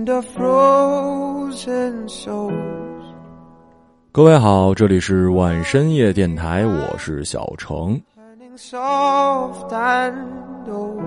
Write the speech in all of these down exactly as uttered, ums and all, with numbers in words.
under frozen souls。 各位好，这里是晚深夜电台，我是小程。 Soft and old,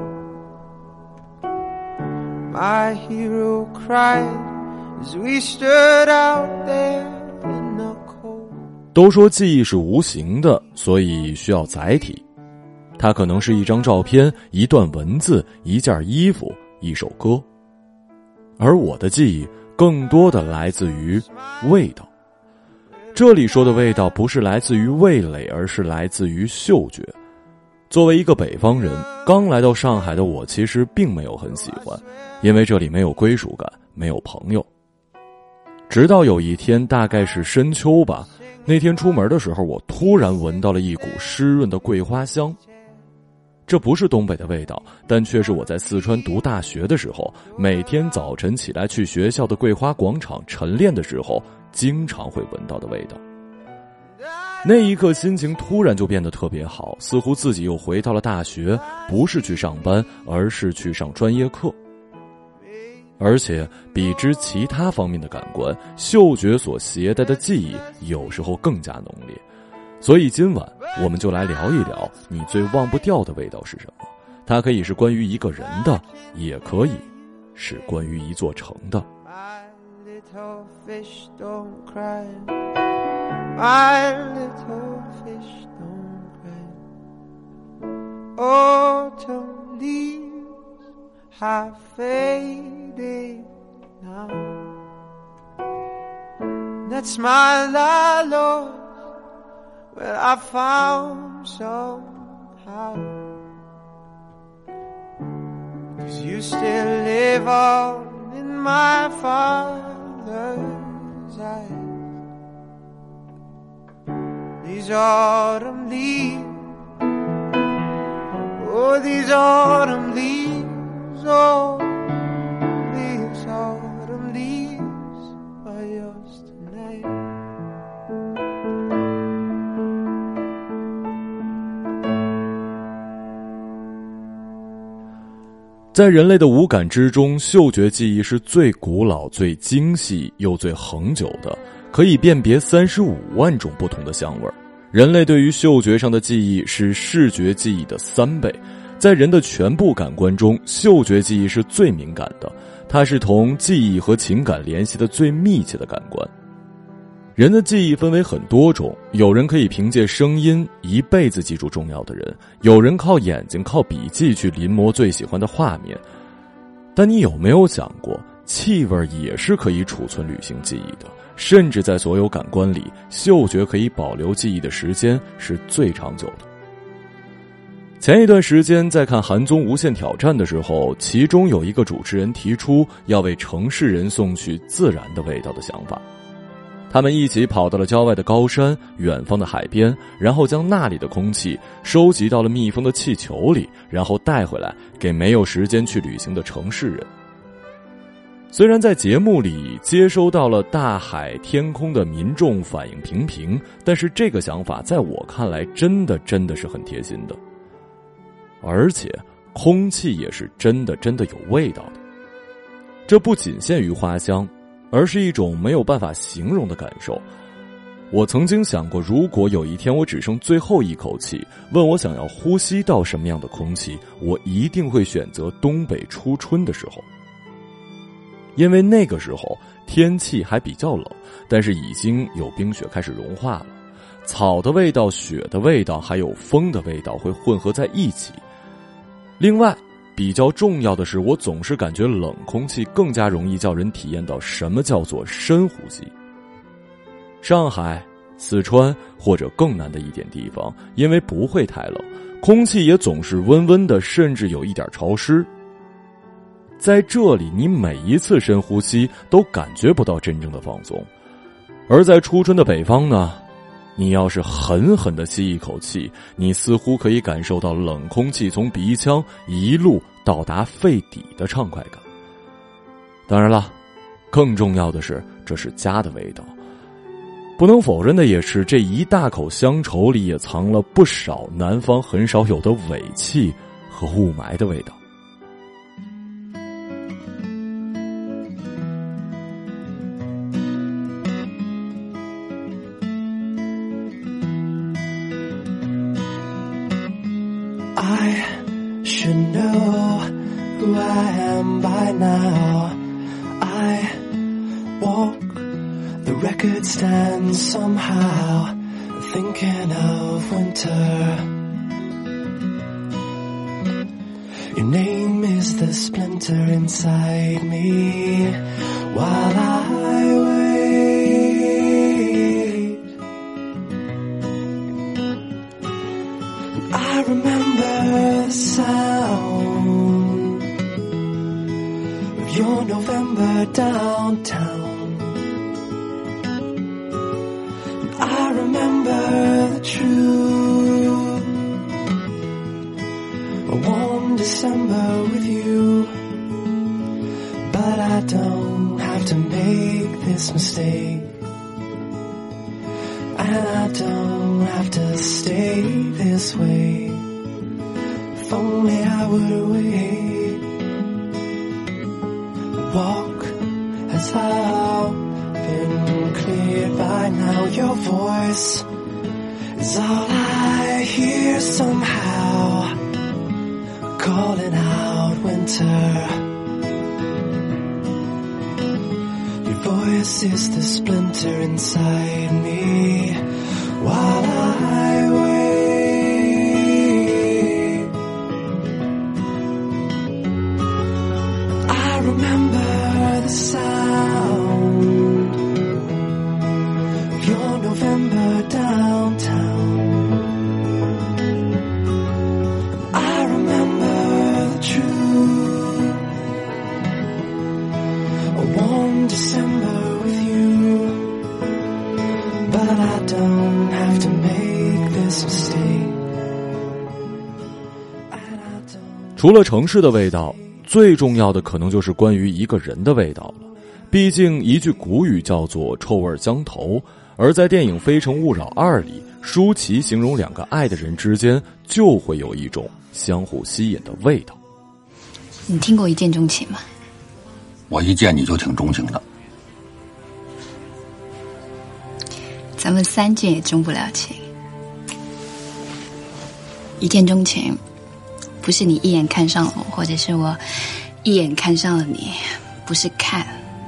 my hero cried as we stood out there in the cold。 都说记忆是无形的，所以需要载体。它可能是一张照片、一段文字、一件衣服、一首歌。而我的记忆更多的来自于味道。这里说的味道不是来自于味蕾，而是来自于嗅觉。作为一个北方人，刚来到上海的我其实并没有很喜欢，因为这里没有归属感，没有朋友。直到有一天，大概是深秋吧，那天出门的时候，我突然闻到了一股湿润的桂花香。这不是东北的味道，但却是我在四川读大学的时候，每天早晨起来去学校的桂花广场晨练的时候经常会闻到的味道。那一刻心情突然就变得特别好，似乎自己又回到了大学，不是去上班，而是去上专业课。而且比之其他方面的感官，嗅觉所携带的记忆有时候更加浓烈。所以今晚我们就来聊一聊你最忘不掉的味道是什么。它可以是关于一个人的，也可以是关于一座城的。 My little fish don't cry, my little fish don't cry. Autumn leaves have faded now. That's my landlord, well, I found somehow. 'Cause you still live on in my father's eyes. These autumn leaves, oh, these autumn leaves, oh, these autumn leaves are yours tonight. 在人类的五感之中，嗅觉记忆是最古老、最精细又最恒久的，可以辨别三十五万种不同的香味。人类对于嗅觉上的记忆是视觉记忆的三倍。在人的全部感官中，嗅觉记忆是最敏感的，它是同记忆和情感联系的最密切的感官。人的记忆分为很多种，有人可以凭借声音一辈子记住重要的人，有人靠眼睛靠笔记去临摹最喜欢的画面。但你有没有想过，气味也是可以储存旅行记忆的，甚至在所有感官里，嗅觉可以保留记忆的时间是最长久的。前一段时间在看韩综无限挑战的时候，其中有一个主持人提出要为城市人送去自然的味道的想法。他们一起跑到了郊外的高山、远方的海边，然后将那里的空气收集到了密封的气球里，然后带回来给没有时间去旅行的城市人。虽然在节目里接收到了大海、天空的民众反应平平，但是这个想法在我看来真的真的是很贴心的。而且空气也是真的真的有味道的。这不仅限于花香，而是一种没有办法形容的感受。我曾经想过，如果有一天我只剩最后一口气，问我想要呼吸到什么样的空气，我一定会选择东北初春的时候。因为那个时候天气还比较冷，但是已经有冰雪开始融化了，草的味道、雪的味道还有风的味道会混合在一起。另外比较重要的是，我总是感觉冷空气更加容易叫人体验到什么叫做深呼吸。上海、四川或者更南的一点地方，因为不会太冷，空气也总是温温的，甚至有一点潮湿。在这里，你每一次深呼吸都感觉不到真正的放松。而在初春的北方呢，你要是狠狠地吸一口气，你似乎可以感受到冷空气从鼻腔一路到达肺底的畅快感。当然了，更重要的是，这是家的味道。不能否认的也是，这一大口乡愁里也藏了不少南方很少有的尾气和雾霾的味道。 I should know who I am by now. I walk the record stand somehow, thinking of winter. Your name is the splinter inside me while I wait. I remember the sound of your November downtown. I remember the truth, a warm December with you. But I don't have to make this mistake, and I don't have to stay this way. If only I would wait. The walk has all been cleared by now. Your voice is all I hear somehow, calling out winter. Your voice is the splinter inside me while I wait. I remember the sound of your November downtown. I remember the truth, a warm December with you. But I don't have to make this mistake. 除了城市的味道，最重要的可能就是关于一个人的味道了。毕竟一句古语叫做臭味相投，而在电影《非诚勿扰二》里，舒淇形容两个爱的人之间就会有一种相互吸引的味道。 你听过一见钟情吗？ 我一见你就挺钟情的。 咱们三见也钟不了情。一见钟情不是你一眼看上了我，或者是我一眼看上了你，不是看，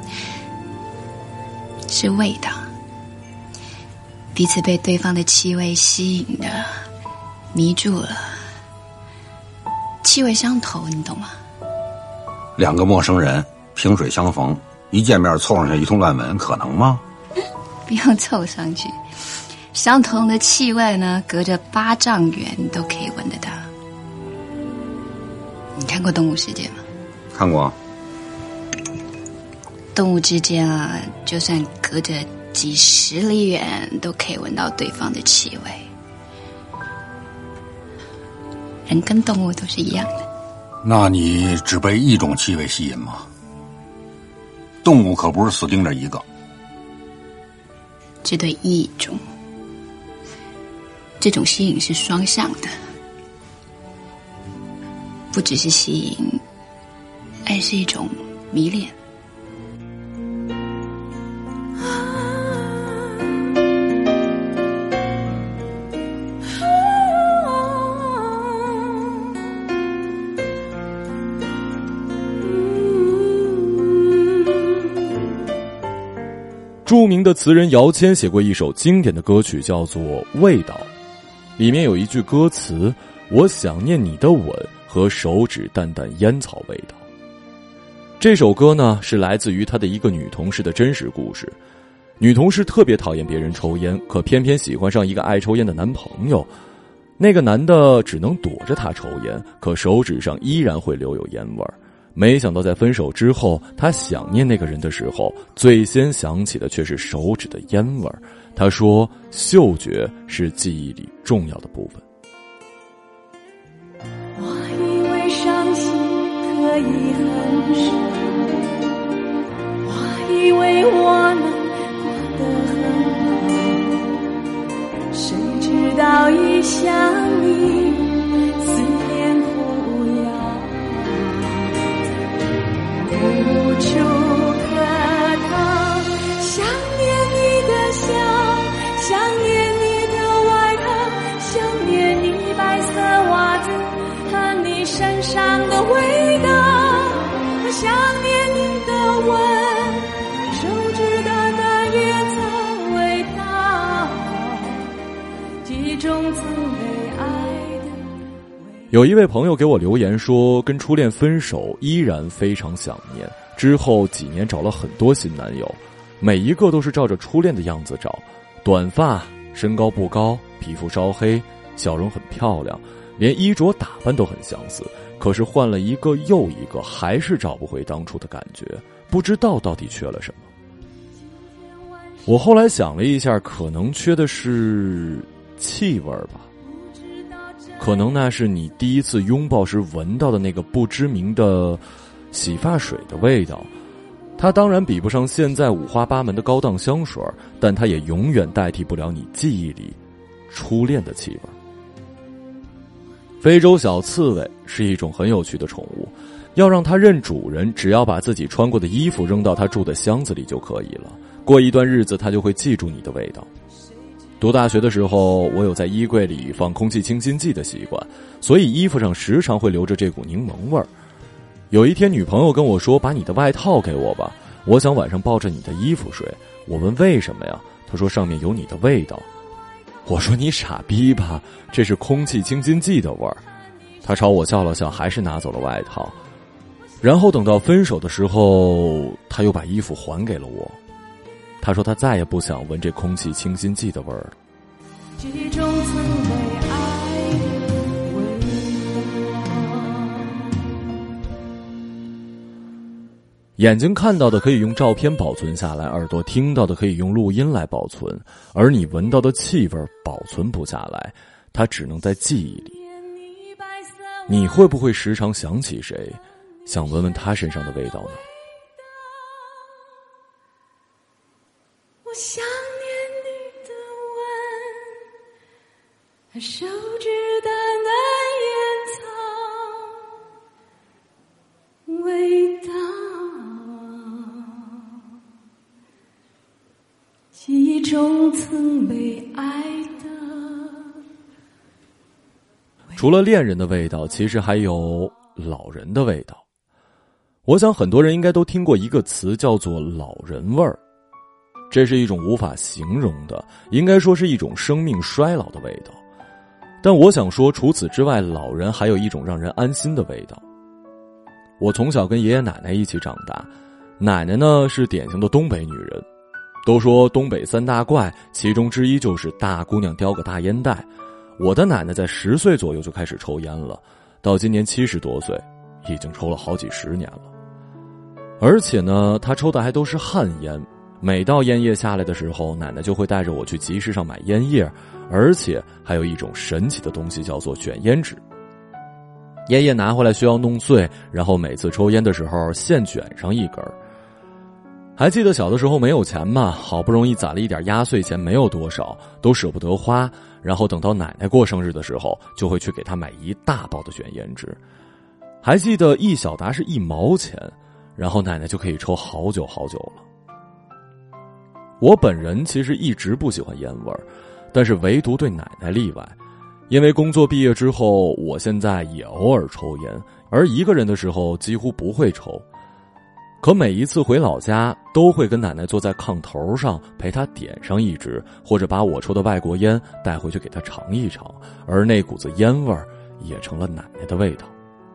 是味道。彼此被对方的气味吸引的迷住了，气味相投，你懂吗？ 两个陌生人萍水相逢，一见面凑上去一通乱吻，可能吗？ 不用凑上去，相同的气味呢，隔着八丈远你都可以闻得到。你看过《动物世界》吗？ 看过。 动物之间啊，就算隔着几十里远，都可以闻到对方的气味。人跟动物都是一样的。 那你只被一种气味吸引吗？动物可不是死盯着一个。 只对一种，这种吸引是双向的，不只是吸引，爱是一种迷恋。 著名的词人姚谦写过一首经典的歌曲，叫做《味道》，里面有一句歌词：我想念你的吻和手指淡淡烟草味道。这首歌呢，是来自于他的一个女同事的真实故事。女同事特别讨厌别人抽烟，可偏偏喜欢上一个爱抽烟的男朋友。那个男的只能躲着她抽烟，可手指上依然会留有烟味儿。没想到在分手之后，他想念那个人的时候，最先想起的却是手指的烟味儿。他说，嗅觉是记忆里重要的部分。 我以为伤心可以很深，我以为我能过得很好，谁知道一想你，思念苦药，无处可逃。想念你的笑，想念你的外套，想念你白色袜子曾被爱的。 有一位朋友给我留言说，跟初恋分手依然非常想念，之后几年找了很多新男友，每一个都是照着初恋的样子找，短发，身高不高，皮肤稍黑，笑容很漂亮，连衣着打扮都很相似，可是换了一个又一个，还是找不回当初的感觉，不知道到底缺了什么。我后来想了一下，可能缺的是气味吧，可能那是你第一次拥抱时闻到的那个不知名的洗发水的味道。它当然比不上现在五花八门的高档香水，但它也永远代替不了你记忆里初恋的气味。非洲小刺猬是一种很有趣的宠物，要让它认主人，只要把自己穿过的衣服扔到它住的箱子里就可以了，过一段日子它就会记住你的味道。读大学的时候，我有在衣柜里放空气清新剂的习惯，所以衣服上时常会留着这股柠檬味儿。有一天女朋友跟我说，把你的外套给我吧，我想晚上抱着你的衣服睡。我问为什么呀，她说上面有你的味道。我说你傻逼吧，这是空气清新剂的味儿。她朝我笑了笑，还是拿走了外套。然后等到分手的时候，她又把衣服还给了我。她说她再也不想闻这空气清新剂的味儿了。 这种曾被爱的味道。 眼睛看到的可以用照片保存下来，耳朵听到的可以用录音来保存，而你闻到的气味保存不下来，它只能在记忆里。你会不会时常想起谁，想闻闻他身上的味道呢？ 我想念你的吻，手指淡淡烟草味道，记忆中曾被爱的。 除了恋人的味道，其实还有老人的味道。我想很多人应该都听过一个词，叫做老人味儿。这是一种无法形容的，应该说是一种生命衰老的味道。但我想说，除此之外，老人还有一种让人安心的味道。我从小跟爷爷奶奶一起长大，奶奶呢是典型的东北女人，都说东北三大怪，其中之一就是大姑娘叼个大烟袋。我的奶奶在十岁左右就开始抽烟了，到今年七十多岁，已经抽了好几十年了。而且呢，她抽的还都是旱烟。每到烟叶下来的时候，奶奶就会带着我去集市上买烟叶，而且还有一种神奇的东西叫做卷烟纸。烟叶拿回来需要弄碎，然后每次抽烟的时候现卷上一根。还记得小的时候没有钱嘛，好不容易攒了一点压岁钱，没有多少，都舍不得花，然后等到奶奶过生日的时候，就会去给她买一大包的卷烟纸。还记得一小沓是一毛钱，然后奶奶就可以抽好久好久了。我本人其实一直不喜欢烟味儿，但是唯独对奶奶例外。因为工作毕业之后，我现在也偶尔抽烟，而一个人的时候几乎不会抽。可每一次回老家，都会跟奶奶坐在炕头上，陪她点上一支，或者把我抽的外国烟带回去给她尝一尝，而那股子烟味儿也成了奶奶的味道。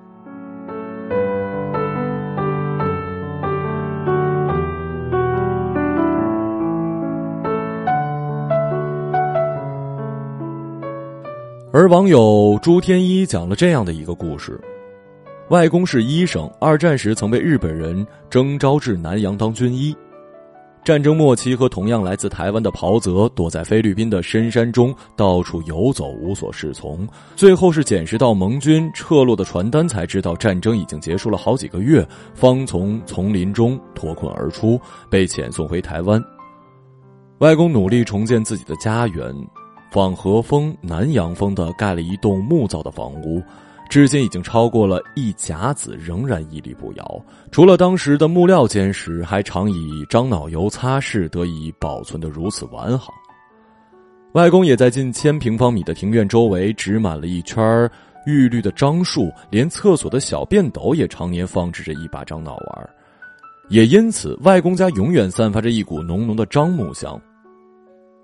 而网友朱天一讲了这样的一个故事：外公是医生，二战时曾被日本人征召至南洋当军医。战争末期，和同样来自台湾的袍泽躲在菲律宾的深山中到处游走，无所适从。最后是捡拾到盟军撤落的传单，才知道战争已经结束了好几个月，方从丛林中脱困而出，被遣送回台湾。外公努力重建自己的家园，仿和风、南洋风的盖了一栋木造的房屋，至今已经超过了一甲子，仍然屹立不摇。除了当时的木料坚实，还常以樟脑油擦拭，得以保存得如此完好。外公也在近千平方米的庭院周围植满了一圈玉绿的樟树，连厕所的小便斗也常年放置着一把樟脑丸，也因此外公家永远散发着一股浓浓的樟木香。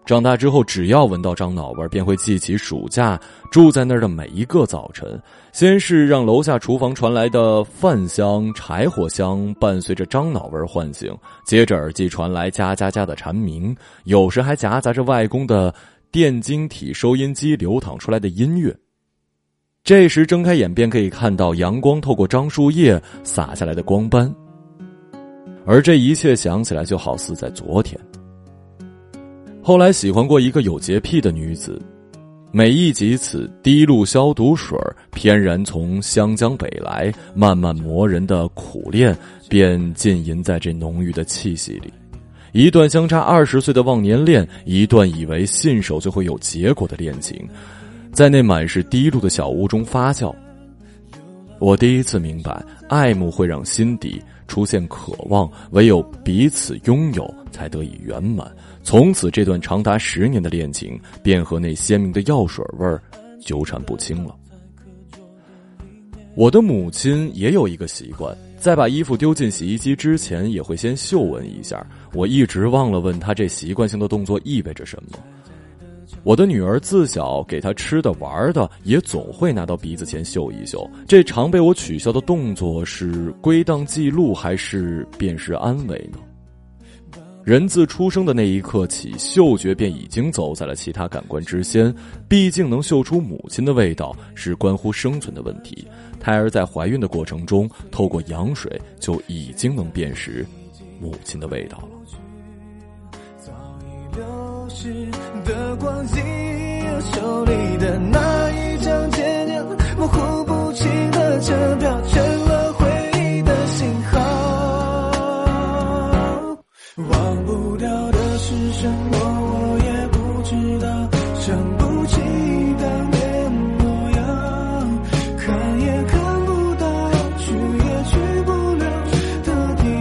长大之后，只要闻到樟脑味，便会记起暑假住在那儿的每一个早晨。先是让楼下厨房传来的饭香、柴火香伴随着樟脑味唤醒，接着耳机传来家家家的蝉鸣，有时还夹杂着外公的电晶体收音机流淌出来的音乐。这时睁开眼便可以看到阳光透过樟树叶洒下来的光斑，而这一切想起来就好似在昨天。后来喜欢过一个有洁癖的女子，每忆及此，滴露消毒水翩然从湘江北来，慢慢磨人的苦恋便浸淫在这浓郁的气息里。一段相差二十岁的忘年恋，一段以为信手就会有结果的恋情，在那满是滴露的小屋中发酵。我第一次明白，爱慕会让心底出现渴望，唯有彼此拥有才得以圆满。从此这段长达十年的恋情便和那鲜明的药水味儿纠缠不清了。我的母亲也有一个习惯，在把衣服丢进洗衣机之前也会先嗅闻一下，我一直忘了问她这习惯性的动作意味着什么。我的女儿自小给她吃的玩的也总会拿到鼻子前嗅一嗅，这常被我取笑的动作是归档记录还是便是安慰呢？人自出生的那一刻起，嗅觉便已经走在了其他感官之先，毕竟能嗅出母亲的味道是关乎生存的问题。胎儿在怀孕的过程中，透过羊水就已经能辨识母亲的味道了。 早已流逝的光阴，手里的那一张渐渐模糊不清的车票，成了回忆的信号。忘不掉的是什么，我也不知道，想不起当年模样，看也看不到，去也去不了的地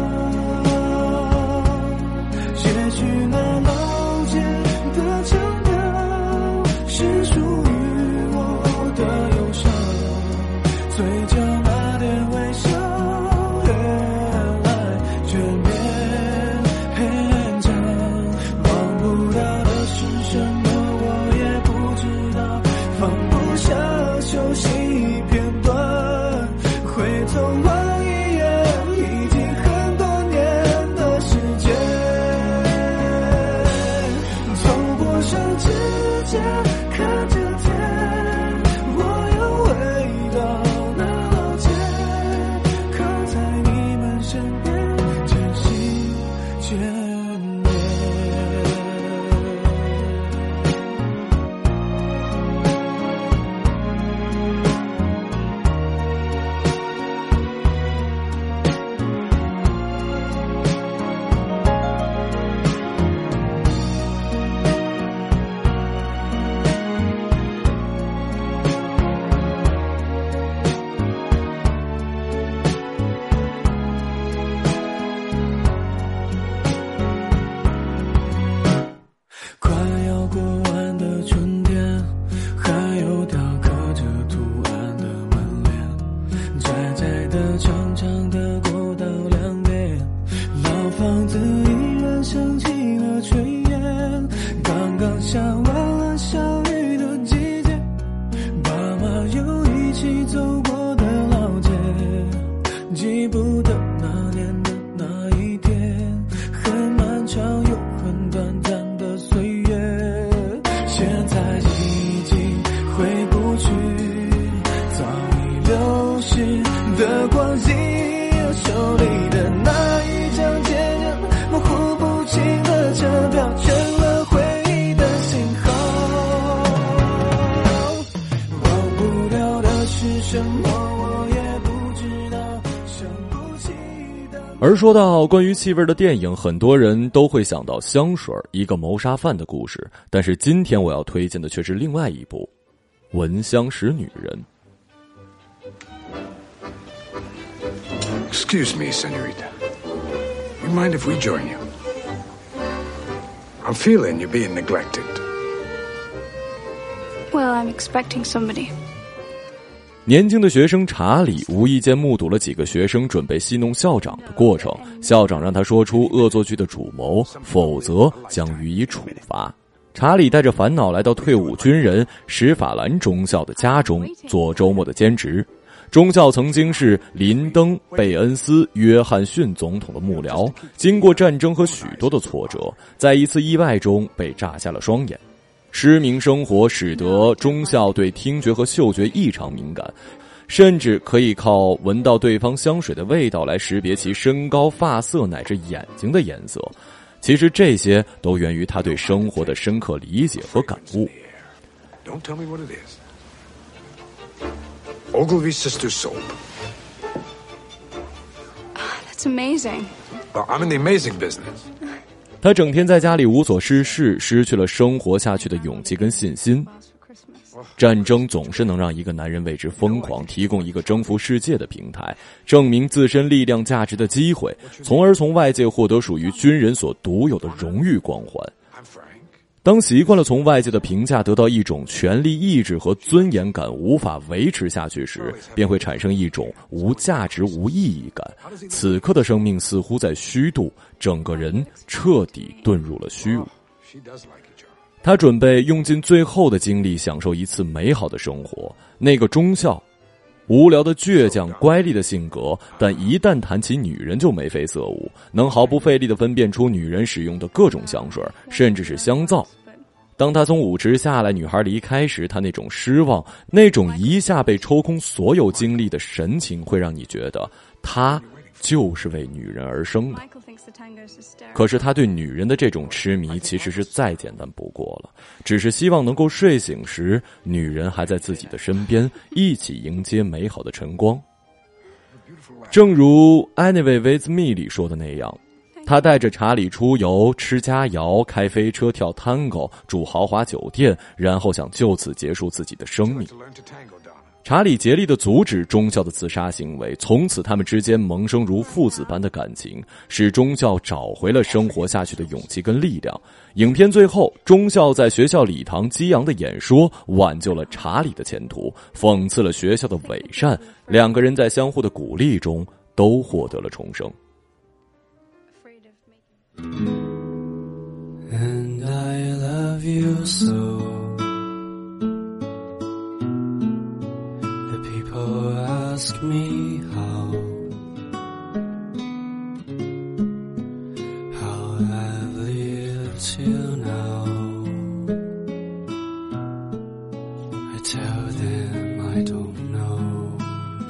方。也许那老街的腔调是属于我的忧伤，嘴角那点微笑越来越变很长。忘不掉的是什么，我也不知道，放不下熟悉片段，回头望一眼，已经很多年的时间。走过上指甲，看着天，我又回到那老街，靠在你们身边，渐行渐远。快要过完的春天，还有条刻着图案的门帘，窄窄的长长的过道两边，老房子依然升起了炊烟。刚刚下完了小雨的季节，爸妈又一起走过的老街，记不得那年的那一天，很漫长又很短暂的岁月，现在已经回不去，早已流逝的光阴，手里的那一张渐渐模糊不清的车票，成了回忆的信号。忘不掉的是什么，我也不知道，想不起的。 而说到关于气味的电影，很多人都会想到香水，一个谋杀犯的故事。但是今天我要推荐的却是另外一部《闻香识女人》。 Excuse me, senorita. You mind if we join you? I'm feeling you're being neglected. Well, I'm expecting somebody. 年轻的学生查理无意间目睹了几个学生准备戏弄校长的过程，校长让他说出恶作剧的主谋，否则将予以处罚。查理带着烦恼来到退伍军人史法兰中校的家中做周末的兼职。中校曾经是林登·贝恩斯·约翰逊总统的幕僚，经过战争和许多的挫折，在一次意外中被炸瞎了双眼。失明生活使得中校对听觉和嗅觉异常敏感，甚至可以靠闻到对方香水的味道来识别其身高、发色乃至眼睛的颜色。其实这些都源于他对生活的深刻理解和感悟。 Don't tell me what it is. Ogilvy Sisters soap. That's amazing. Well, I'm in the amazing business. 他整天在家里无所事事，失去了生活下去的勇气跟信心。战争总是能让一个男人为之疯狂，提供一个征服世界的平台，证明自身力量价值的机会，从而从外界获得属于军人所独有的荣誉光环。当习惯了从外界的评价得到一种权力意志和尊严感无法维持下去时，便会产生一种无价值无意义感。此刻的生命似乎在虚度，整个人彻底遁入了虚无。他准备用尽最后的精力享受一次美好的生活。那个中校无聊的倔强乖戾的性格，但一旦谈起女人就眉飞色舞，能毫不费力地分辨出女人使用的各种香水，甚至是香皂。当他从舞池下来，女孩离开时，他那种失望，那种一下被抽空所有精力的神情，会让你觉得他就是为女人而生的。可是他对女人的这种痴迷其实是再简单不过了，只是希望能够睡醒时，女人还在自己的身边，一起迎接美好的晨光。正如 Anyway with Me 里说的那样，他带着查理出游，吃佳肴，开飞车，跳探戈，住豪华酒店，然后想就此结束自己的生命。查理竭力地阻止中校的自杀行为，从此他们之间萌生如父子般的感情，使中校找回了生活下去的勇气跟力量。影片最后，中校在学校礼堂激昂的演说挽救了查理的前途，讽刺了学校的伪善，两个人在相互的鼓励中都获得了重生。 And I love you so. Ask me how, how I've lived till now. I tell them I don't know.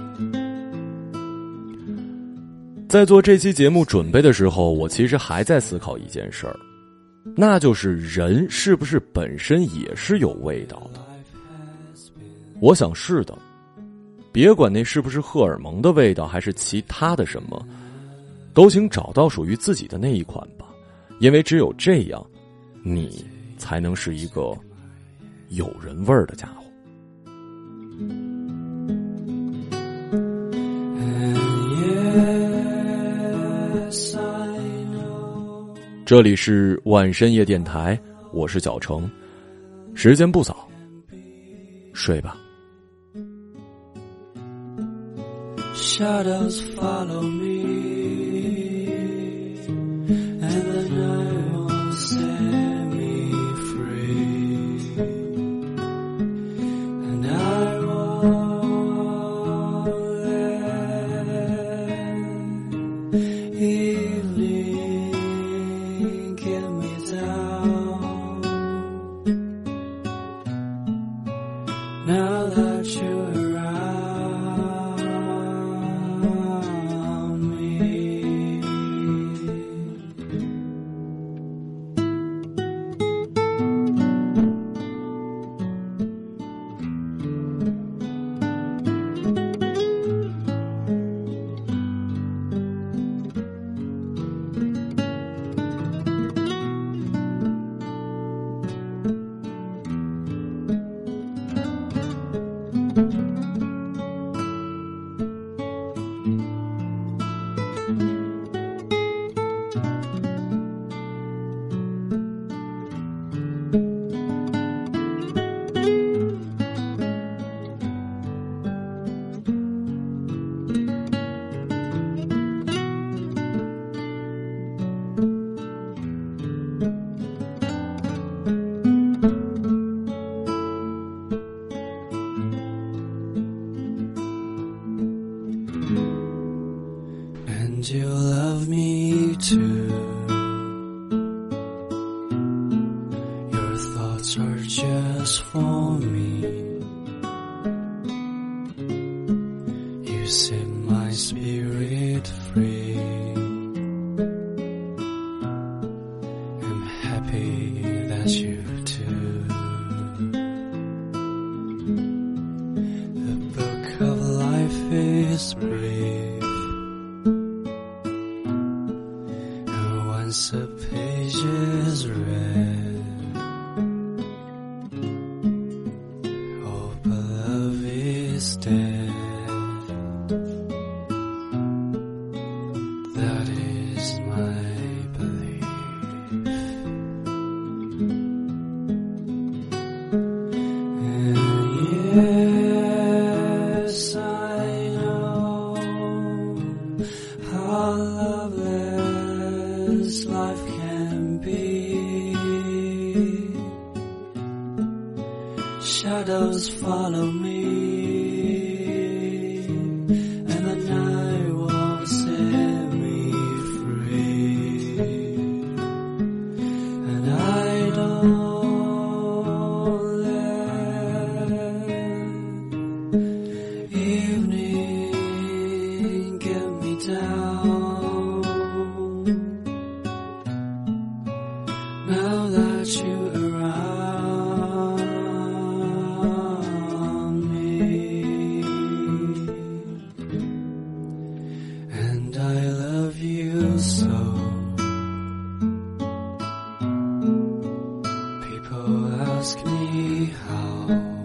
在做这期节目准备的时候，我其实还在思考一件事儿，那就是人是不是本身也是有味道的？我想是的。别管那是不是荷尔蒙的味道，还是其他的什么，都请找到属于自己的那一款吧，因为只有这样，你才能是一个有人味儿的家伙。这里是晚深夜电台，我是小程，时间不早，睡吧。 Shadows follow me, and the night won't set me free, and I won't let evening get me down. Now that you're around me, thoughts are just for me. You set my spirit free. I'm happy that you do. The book of life is brief, and once a page is read, all but love is dead. That is my belief. And yes, I know how loveless life can be. Shadows follow me, and the night won't set me free. And I don't let evening get me down. Now that you're around me, and I love you so. People ask me how,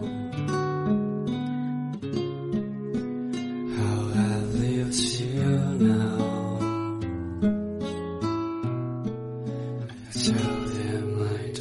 how I've lived till now. I tell them I